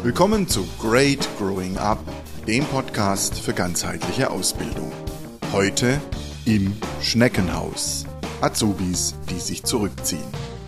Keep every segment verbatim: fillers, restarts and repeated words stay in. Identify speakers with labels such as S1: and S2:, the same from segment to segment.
S1: Willkommen zu Great Growing Up, dem Podcast für ganzheitliche Ausbildung. Heute im Schneckenhaus. Azubis, die sich zurückziehen.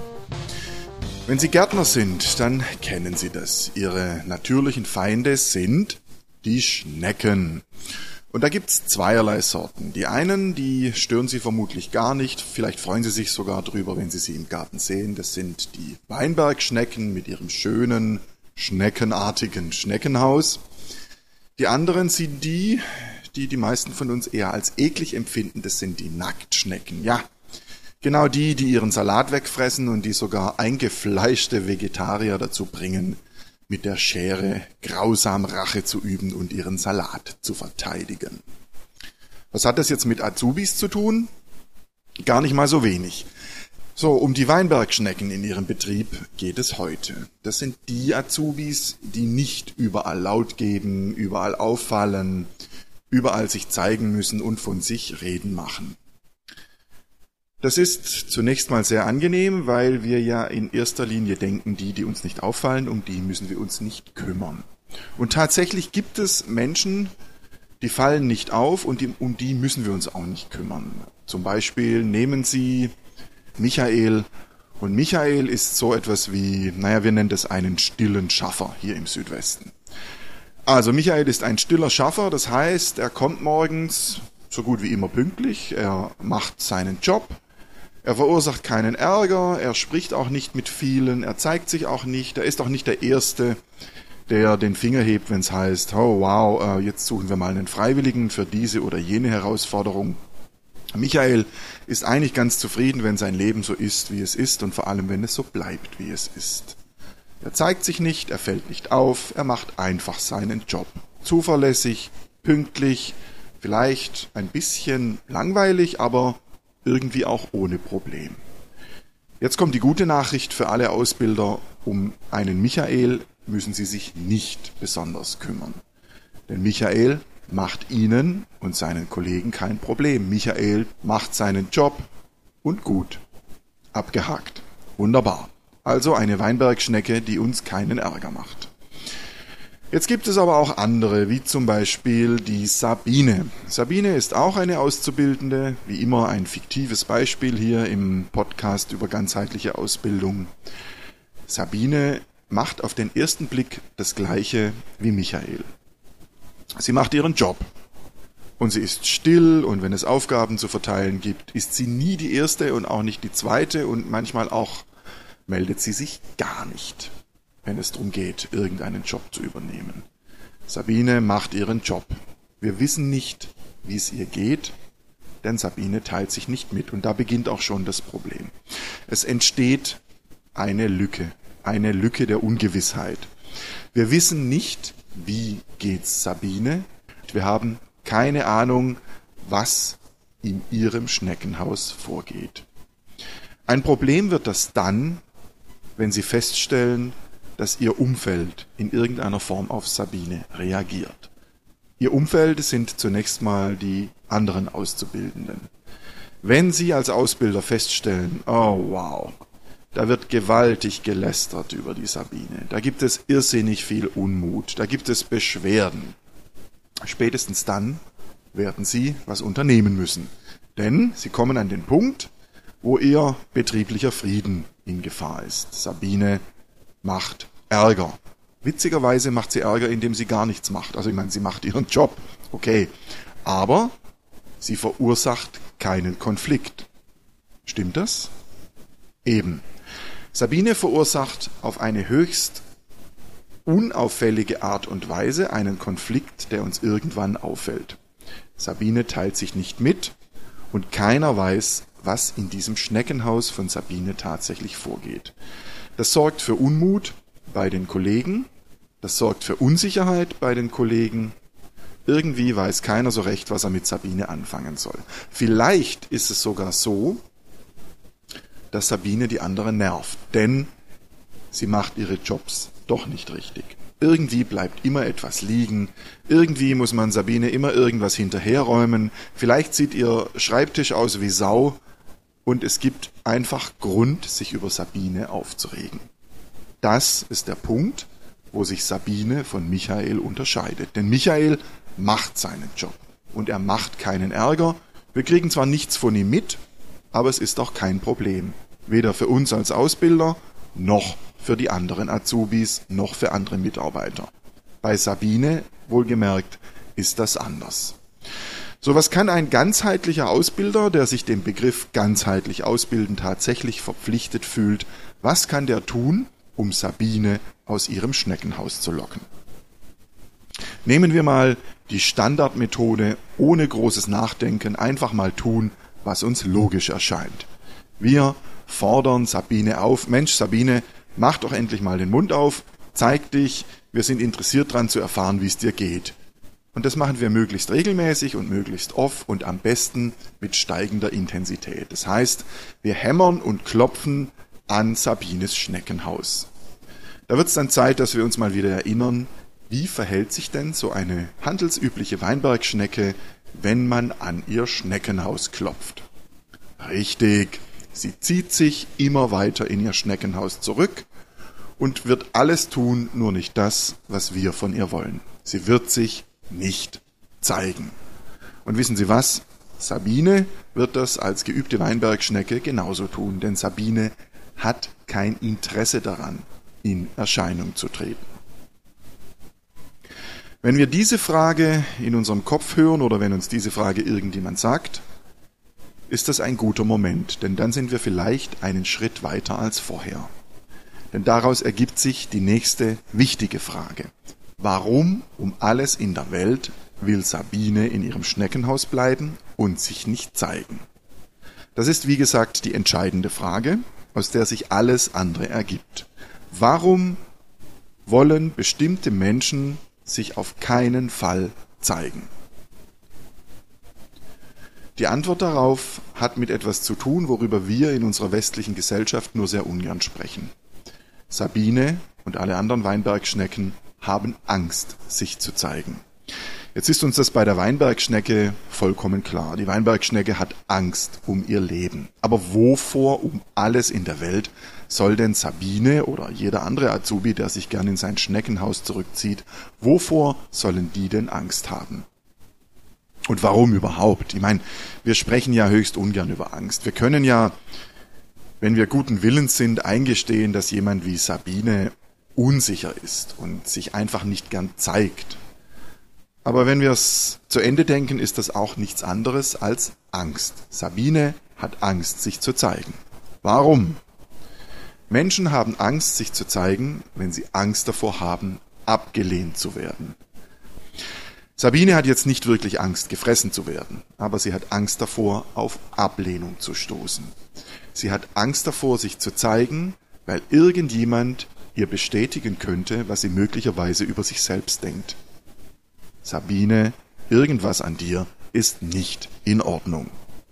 S1: Wenn Sie Gärtner sind, dann kennen Sie das. Ihre natürlichen Feinde sind die Schnecken. Und da gibt's zweierlei Sorten. Die einen, die stören Sie vermutlich gar nicht. Vielleicht freuen Sie sich sogar drüber, wenn Sie sie im Garten sehen. Das sind die Weinbergschnecken mit ihrem schönen, schneckenartigen Schneckenhaus. Die anderen sind die, die die meisten von uns eher als eklig empfinden. Das sind die Nacktschnecken. Ja, genau die, die ihren Salat wegfressen und die sogar eingefleischte Vegetarier dazu bringen, mit der Schere grausam Rache zu üben und ihren Salat zu verteidigen. Was hat das jetzt mit Azubis zu tun? Gar nicht mal so wenig. So, um die Weinbergschnecken in ihrem Betrieb geht es heute. Das sind die Azubis, die nicht überall laut geben, überall auffallen, überall sich zeigen müssen und von sich reden machen. Das ist zunächst mal sehr angenehm, weil wir ja in erster Linie denken, die, die uns nicht auffallen, um die müssen wir uns nicht kümmern. Und tatsächlich gibt es Menschen, die fallen nicht auf und die, um die müssen wir uns auch nicht kümmern. Zum Beispiel nehmen Sie Michael. Und Michael ist so etwas wie, naja, wir nennen das einen stillen Schaffer hier im Südwesten. Also Michael ist ein stiller Schaffer, das heißt, er kommt morgens so gut wie immer pünktlich, er macht seinen Job, er verursacht keinen Ärger, er spricht auch nicht mit vielen, er zeigt sich auch nicht, er ist auch nicht der Erste, der den Finger hebt, wenn es heißt, oh wow, jetzt suchen wir mal einen Freiwilligen für diese oder jene Herausforderung. Michael ist eigentlich ganz zufrieden, wenn sein Leben so ist, wie es ist und vor allem, wenn es so bleibt, wie es ist. Er zeigt sich nicht, er fällt nicht auf, er macht einfach seinen Job. Zuverlässig, pünktlich, vielleicht ein bisschen langweilig, aber irgendwie auch ohne Problem. Jetzt kommt die gute Nachricht für alle Ausbilder. Um einen Michael müssen Sie sich nicht besonders kümmern. Denn Michael macht Ihnen und seinen Kollegen kein Problem. Michael macht seinen Job und gut. Abgehakt. Wunderbar. Also eine Weinbergschnecke, die uns keinen Ärger macht. Jetzt gibt es aber auch andere, wie zum Beispiel die Sabine. Sabine ist auch eine Auszubildende, wie immer ein fiktives Beispiel hier im Podcast über ganzheitliche Ausbildung. Sabine macht auf den ersten Blick das Gleiche wie Michael. Sie macht ihren Job und sie ist still und wenn es Aufgaben zu verteilen gibt, ist sie nie die Erste und auch nicht die Zweite und manchmal auch meldet sie sich gar nicht, wenn es darum geht, irgendeinen Job zu übernehmen. Sabine macht ihren Job. Wir wissen nicht, wie es ihr geht, denn Sabine teilt sich nicht mit und da beginnt auch schon das Problem. Es entsteht eine Lücke, eine Lücke der Ungewissheit. Wir wissen nicht, wie geht's Sabine? Wir haben keine Ahnung, was in ihrem Schneckenhaus vorgeht. Ein Problem wird das dann, wenn Sie feststellen, dass Ihr Umfeld in irgendeiner Form auf Sabine reagiert. Ihr Umfeld sind zunächst mal die anderen Auszubildenden. Wenn Sie als Ausbilder feststellen, oh wow, da wird gewaltig gelästert über die Sabine. Da gibt es irrsinnig viel Unmut. Da gibt es Beschwerden. Spätestens dann werden Sie was unternehmen müssen. Denn Sie kommen an den Punkt, wo Ihr betrieblicher Frieden in Gefahr ist. Sabine macht Ärger. Witzigerweise macht sie Ärger, indem sie gar nichts macht. Also ich meine, sie macht ihren Job. Okay. Aber sie verursacht keinen Konflikt. Stimmt das? Eben. Sabine verursacht auf eine höchst unauffällige Art und Weise einen Konflikt, der uns irgendwann auffällt. Sabine teilt sich nicht mit und keiner weiß, was in diesem Schneckenhaus von Sabine tatsächlich vorgeht. Das sorgt für Unmut bei den Kollegen, das sorgt für Unsicherheit bei den Kollegen. Irgendwie weiß keiner so recht, was er mit Sabine anfangen soll. Vielleicht ist es sogar so, dass Sabine die anderen nervt, denn sie macht ihre Jobs doch nicht richtig. Irgendwie bleibt immer etwas liegen, irgendwie muss man Sabine immer irgendwas hinterherräumen, vielleicht sieht ihr Schreibtisch aus wie Sau und es gibt einfach Grund, sich über Sabine aufzuregen. Das ist der Punkt, wo sich Sabine von Michael unterscheidet. Denn Michael macht seinen Job und er macht keinen Ärger. Wir kriegen zwar nichts von ihm mit, aber es ist auch kein Problem. Weder für uns als Ausbilder, noch für die anderen Azubis, noch für andere Mitarbeiter. Bei Sabine, wohlgemerkt, ist das anders. So was kann ein ganzheitlicher Ausbilder, der sich dem Begriff ganzheitlich ausbilden tatsächlich verpflichtet fühlt, was kann der tun, um Sabine aus ihrem Schneckenhaus zu locken? Nehmen wir mal die Standardmethode, ohne großes Nachdenken, einfach mal tun, was uns logisch erscheint. Wir fordern Sabine auf, Mensch Sabine, mach doch endlich mal den Mund auf, zeig dich, wir sind interessiert daran zu erfahren, wie es dir geht. Und das machen wir möglichst regelmäßig und möglichst oft und am besten mit steigender Intensität. Das heißt, wir hämmern und klopfen an Sabines Schneckenhaus. Da wird es dann Zeit, dass wir uns mal wieder erinnern, wie verhält sich denn so eine handelsübliche Weinbergschnecke, wenn man an ihr Schneckenhaus klopft? Richtig, sie zieht sich immer weiter in ihr Schneckenhaus zurück und wird alles tun, nur nicht das, was wir von ihr wollen. Sie wird sich nicht zeigen. Und wissen Sie was? Sabine wird das als geübte Weinbergschnecke genauso tun, denn Sabine hat kein Interesse daran, in Erscheinung zu treten. Wenn wir diese Frage in unserem Kopf hören oder wenn uns diese Frage irgendjemand sagt, ist das ein guter Moment, denn dann sind wir vielleicht einen Schritt weiter als vorher. Denn daraus ergibt sich die nächste wichtige Frage. Warum um alles in der Welt will Sabine in ihrem Schneckenhaus bleiben und sich nicht zeigen? Das ist wie gesagt die entscheidende Frage, aus der sich alles andere ergibt. Warum wollen bestimmte Menschen sich auf keinen Fall zeigen? Die Antwort darauf hat mit etwas zu tun, worüber wir in unserer westlichen Gesellschaft nur sehr ungern sprechen. Sabine und alle anderen Weinbergschnecken haben Angst, sich zu zeigen. Jetzt ist uns das bei der Weinbergschnecke vollkommen klar. Die Weinbergschnecke hat Angst um ihr Leben. Aber wovor um alles in der Welt soll denn Sabine oder jeder andere Azubi, der sich gern in sein Schneckenhaus zurückzieht, wovor sollen die denn Angst haben? Und warum überhaupt? Ich meine, wir sprechen ja höchst ungern über Angst. Wir können ja, wenn wir guten Willens sind, eingestehen, dass jemand wie Sabine unsicher ist und sich einfach nicht gern zeigt. Aber wenn wir es zu Ende denken, ist das auch nichts anderes als Angst. Sabine hat Angst, sich zu zeigen. Warum? Menschen haben Angst, sich zu zeigen, wenn sie Angst davor haben, abgelehnt zu werden. Sabine hat jetzt nicht wirklich Angst, gefressen zu werden, aber sie hat Angst davor, auf Ablehnung zu stoßen. Sie hat Angst davor, sich zu zeigen, weil irgendjemand ihr bestätigen könnte, was sie möglicherweise über sich selbst denkt. Sabine, irgendwas an dir ist nicht in Ordnung.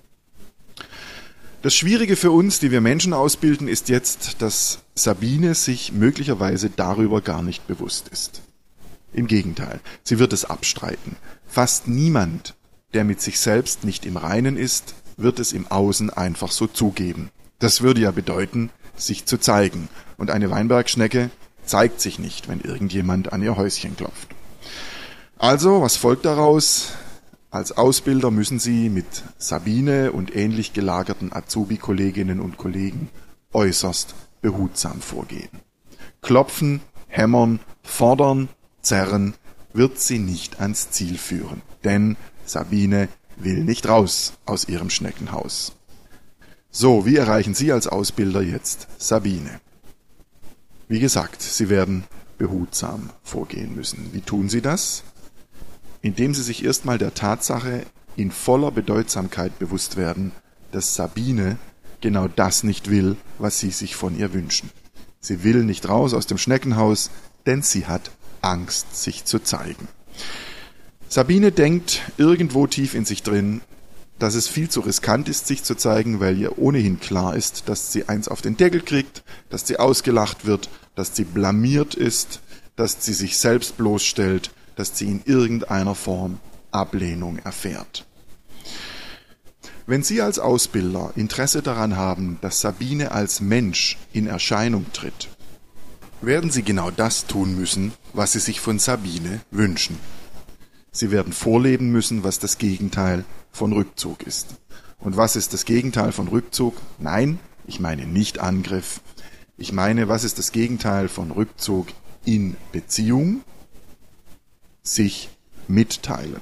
S1: Das Schwierige für uns, die wir Menschen ausbilden, ist jetzt, dass Sabine sich möglicherweise darüber gar nicht bewusst ist. Im Gegenteil, sie wird es abstreiten. Fast niemand, der mit sich selbst nicht im Reinen ist, wird es im Außen einfach so zugeben. Das würde ja bedeuten, sich zu zeigen. Und eine Weinbergschnecke zeigt sich nicht, wenn irgendjemand an ihr Häuschen klopft. Also, was folgt daraus? Als Ausbilder müssen Sie mit Sabine und ähnlich gelagerten Azubi-Kolleginnen und Kollegen äußerst behutsam vorgehen. Klopfen, hämmern, fordern, zerren wird sie nicht ans Ziel führen, denn Sabine will nicht raus aus ihrem Schneckenhaus. So, wie erreichen Sie als Ausbilder jetzt Sabine? Wie gesagt, Sie werden behutsam vorgehen müssen. Wie tun Sie das? Indem Sie sich erstmal der Tatsache in voller Bedeutsamkeit bewusst werden, dass Sabine genau das nicht will, was Sie sich von ihr wünschen. Sie will nicht raus aus dem Schneckenhaus, denn sie hat Angst, sich zu zeigen. Sabine denkt irgendwo tief in sich drin, dass es viel zu riskant ist, sich zu zeigen, weil ihr ohnehin klar ist, dass sie eins auf den Deckel kriegt, dass sie ausgelacht wird, dass sie blamiert ist, dass sie sich selbst bloßstellt, dass sie in irgendeiner Form Ablehnung erfährt. Wenn Sie als Ausbilder Interesse daran haben, dass Sabine als Mensch in Erscheinung tritt, werden Sie genau das tun müssen, was Sie sich von Sabine wünschen. Sie werden vorleben müssen, was das Gegenteil von Rückzug ist. Und was ist das Gegenteil von Rückzug? Nein, ich meine nicht Angriff. Ich meine, was ist das Gegenteil von Rückzug in Beziehung? Sich mitteilen.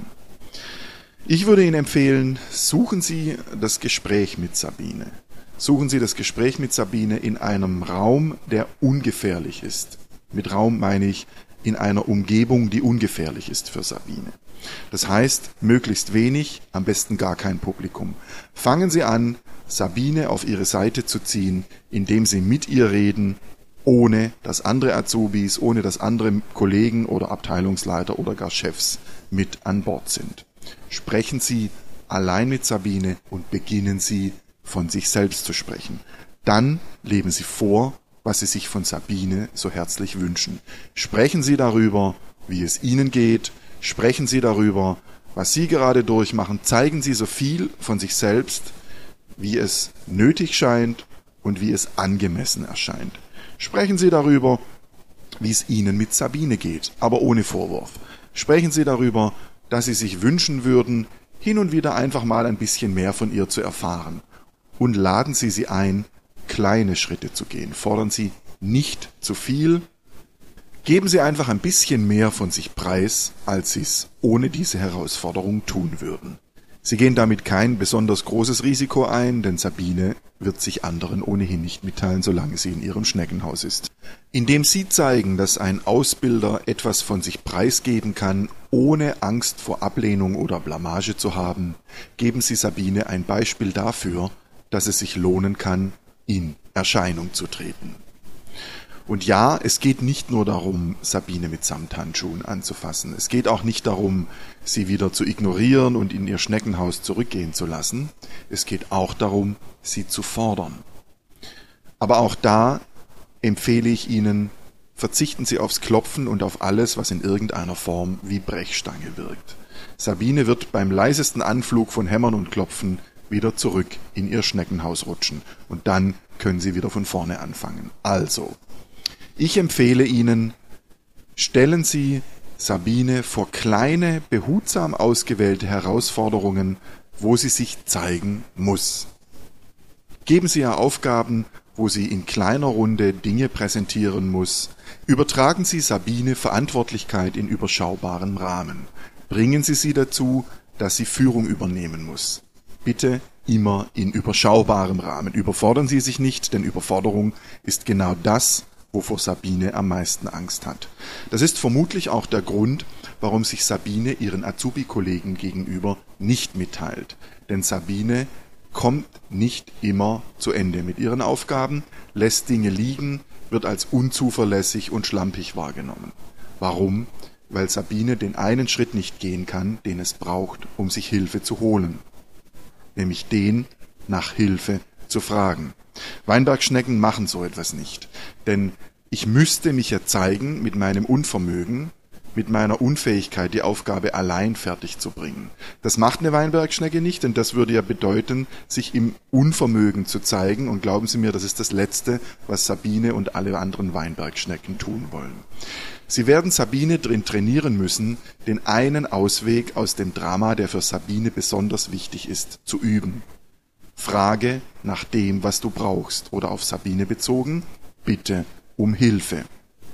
S1: Ich würde Ihnen empfehlen, suchen Sie das Gespräch mit Sabine. Suchen Sie das Gespräch mit Sabine in einem Raum, der ungefährlich ist. Mit Raum meine ich in einer Umgebung, die ungefährlich ist für Sabine. Das heißt, möglichst wenig, am besten gar kein Publikum. Fangen Sie an, Sabine auf Ihre Seite zu ziehen, indem Sie mit ihr reden, ohne dass andere Azubis, ohne dass andere Kollegen oder Abteilungsleiter oder gar Chefs mit an Bord sind. Sprechen Sie allein mit Sabine und beginnen Sie, von sich selbst zu sprechen. Dann leben Sie vor, was Sie sich von Sabine so herzlich wünschen. Sprechen Sie darüber, wie es Ihnen geht. Sprechen Sie darüber, was Sie gerade durchmachen. Zeigen Sie so viel von sich selbst, wie es nötig scheint und wie es angemessen erscheint. Sprechen Sie darüber, wie es Ihnen mit Sabine geht, aber ohne Vorwurf. Sprechen Sie darüber, dass Sie sich wünschen würden, hin und wieder einfach mal ein bisschen mehr von ihr zu erfahren. Und laden Sie sie ein, kleine Schritte zu gehen. Fordern Sie nicht zu viel. Geben Sie einfach ein bisschen mehr von sich preis, als Sie es ohne diese Herausforderung tun würden. Sie gehen damit kein besonders großes Risiko ein, denn Sabine wird sich anderen ohnehin nicht mitteilen, solange sie in ihrem Schneckenhaus ist. Indem Sie zeigen, dass ein Ausbilder etwas von sich preisgeben kann, ohne Angst vor Ablehnung oder Blamage zu haben, geben Sie Sabine ein Beispiel dafür, dass es sich lohnen kann, in Erscheinung zu treten. Und ja, es geht nicht nur darum, Sabine mit Samthandschuhen anzufassen. Es geht auch nicht darum, sie wieder zu ignorieren und in ihr Schneckenhaus zurückgehen zu lassen. Es geht auch darum, sie zu fordern. Aber auch da empfehle ich Ihnen, verzichten Sie aufs Klopfen und auf alles, was in irgendeiner Form wie Brechstange wirkt. Sabine wird beim leisesten Anflug von Hämmern und Klopfen wieder zurück in ihr Schneckenhaus rutschen. Und dann können Sie wieder von vorne anfangen. Also, ich empfehle Ihnen, stellen Sie Sabine vor kleine, behutsam ausgewählte Herausforderungen, wo sie sich zeigen muss. Geben Sie ihr Aufgaben, wo sie in kleiner Runde Dinge präsentieren muss. Übertragen Sie Sabine Verantwortlichkeit in überschaubarem Rahmen. Bringen Sie sie dazu, dass sie Führung übernehmen muss. Bitte immer in überschaubarem Rahmen. Überfordern Sie sich nicht, denn Überforderung ist genau das, wovor Sabine am meisten Angst hat. Das ist vermutlich auch der Grund, warum sich Sabine ihren Azubi-Kollegen gegenüber nicht mitteilt. Denn Sabine kommt nicht immer zu Ende mit ihren Aufgaben, lässt Dinge liegen, wird als unzuverlässig und schlampig wahrgenommen. Warum? Weil Sabine den einen Schritt nicht gehen kann, den es braucht, um sich Hilfe zu holen. Nämlich den, nach Hilfe zu fragen. Weinbergschnecken machen so etwas nicht, denn ich müsste mich ja zeigen mit meinem Unvermögen, mit meiner Unfähigkeit, die Aufgabe allein fertig zu bringen. Das macht eine Weinbergschnecke nicht, denn das würde ja bedeuten, sich im Unvermögen zu zeigen, und glauben Sie mir, das ist das Letzte, was Sabine und alle anderen Weinbergschnecken tun wollen. Sie werden Sabine drin trainieren müssen, den einen Ausweg aus dem Drama, der für Sabine besonders wichtig ist, zu üben. Frage nach dem, was du brauchst, oder auf Sabine bezogen, bitte um Hilfe.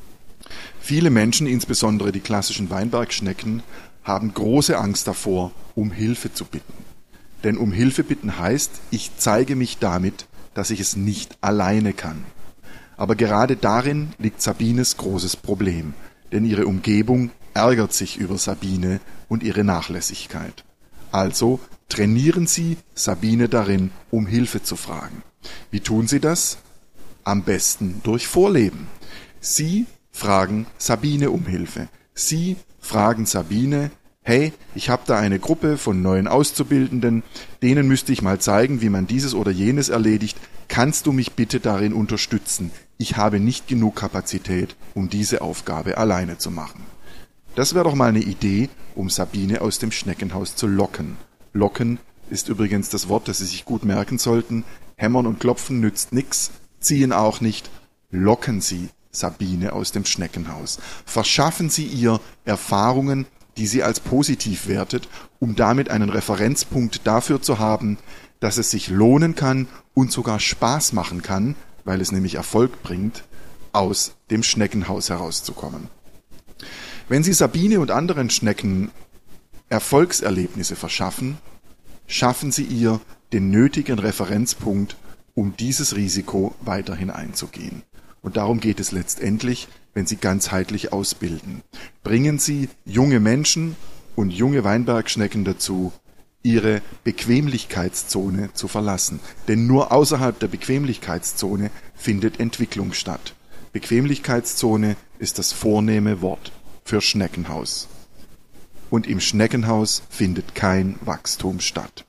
S1: Viele Menschen, insbesondere die klassischen Weinbergschnecken, haben große Angst davor, um Hilfe zu bitten. Denn um Hilfe bitten heißt, ich zeige mich damit, dass ich es nicht alleine kann. Aber gerade darin liegt Sabines großes Problem, denn ihre Umgebung ärgert sich über Sabine und ihre Nachlässigkeit. Also trainieren Sie Sabine darin, um Hilfe zu fragen. Wie tun Sie das? Am besten durch Vorleben. Sie fragen Sabine um Hilfe. Sie fragen Sabine, hey, ich habe da eine Gruppe von neuen Auszubildenden, denen müsste ich mal zeigen, wie man dieses oder jenes erledigt. Kannst du mich bitte darin unterstützen? Ich habe nicht genug Kapazität, um diese Aufgabe alleine zu machen. Das wäre doch mal eine Idee, um Sabine aus dem Schneckenhaus zu locken. Locken ist übrigens das Wort, das Sie sich gut merken sollten. Hämmern und Klopfen nützt nix, ziehen auch nicht. Locken Sie Sabine aus dem Schneckenhaus. Verschaffen Sie ihr Erfahrungen, die sie als positiv wertet, um damit einen Referenzpunkt dafür zu haben, dass es sich lohnen kann und sogar Spaß machen kann, weil es nämlich Erfolg bringt, aus dem Schneckenhaus herauszukommen. Wenn Sie Sabine und anderen Schnecken Erfolgserlebnisse verschaffen, schaffen Sie ihr den nötigen Referenzpunkt, um dieses Risiko weiterhin einzugehen. Und darum geht es letztendlich, wenn Sie ganzheitlich ausbilden. Bringen Sie junge Menschen und junge Weinbergschnecken dazu, ihre Bequemlichkeitszone zu verlassen. Denn nur außerhalb der Bequemlichkeitszone findet Entwicklung statt. Bequemlichkeitszone ist das vornehme Wort für Schneckenhaus. Und im Schneckenhaus findet kein Wachstum statt.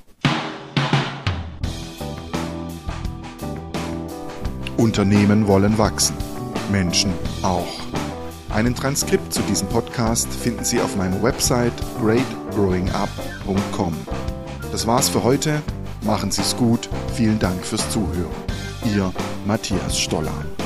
S1: Unternehmen wollen wachsen, Menschen auch. Einen Transkript zu diesem Podcast finden Sie auf meiner Website great growing up punkt com. Das war's für heute. Machen Sie's gut. Vielen Dank fürs Zuhören. Ihr Matthias Stoller.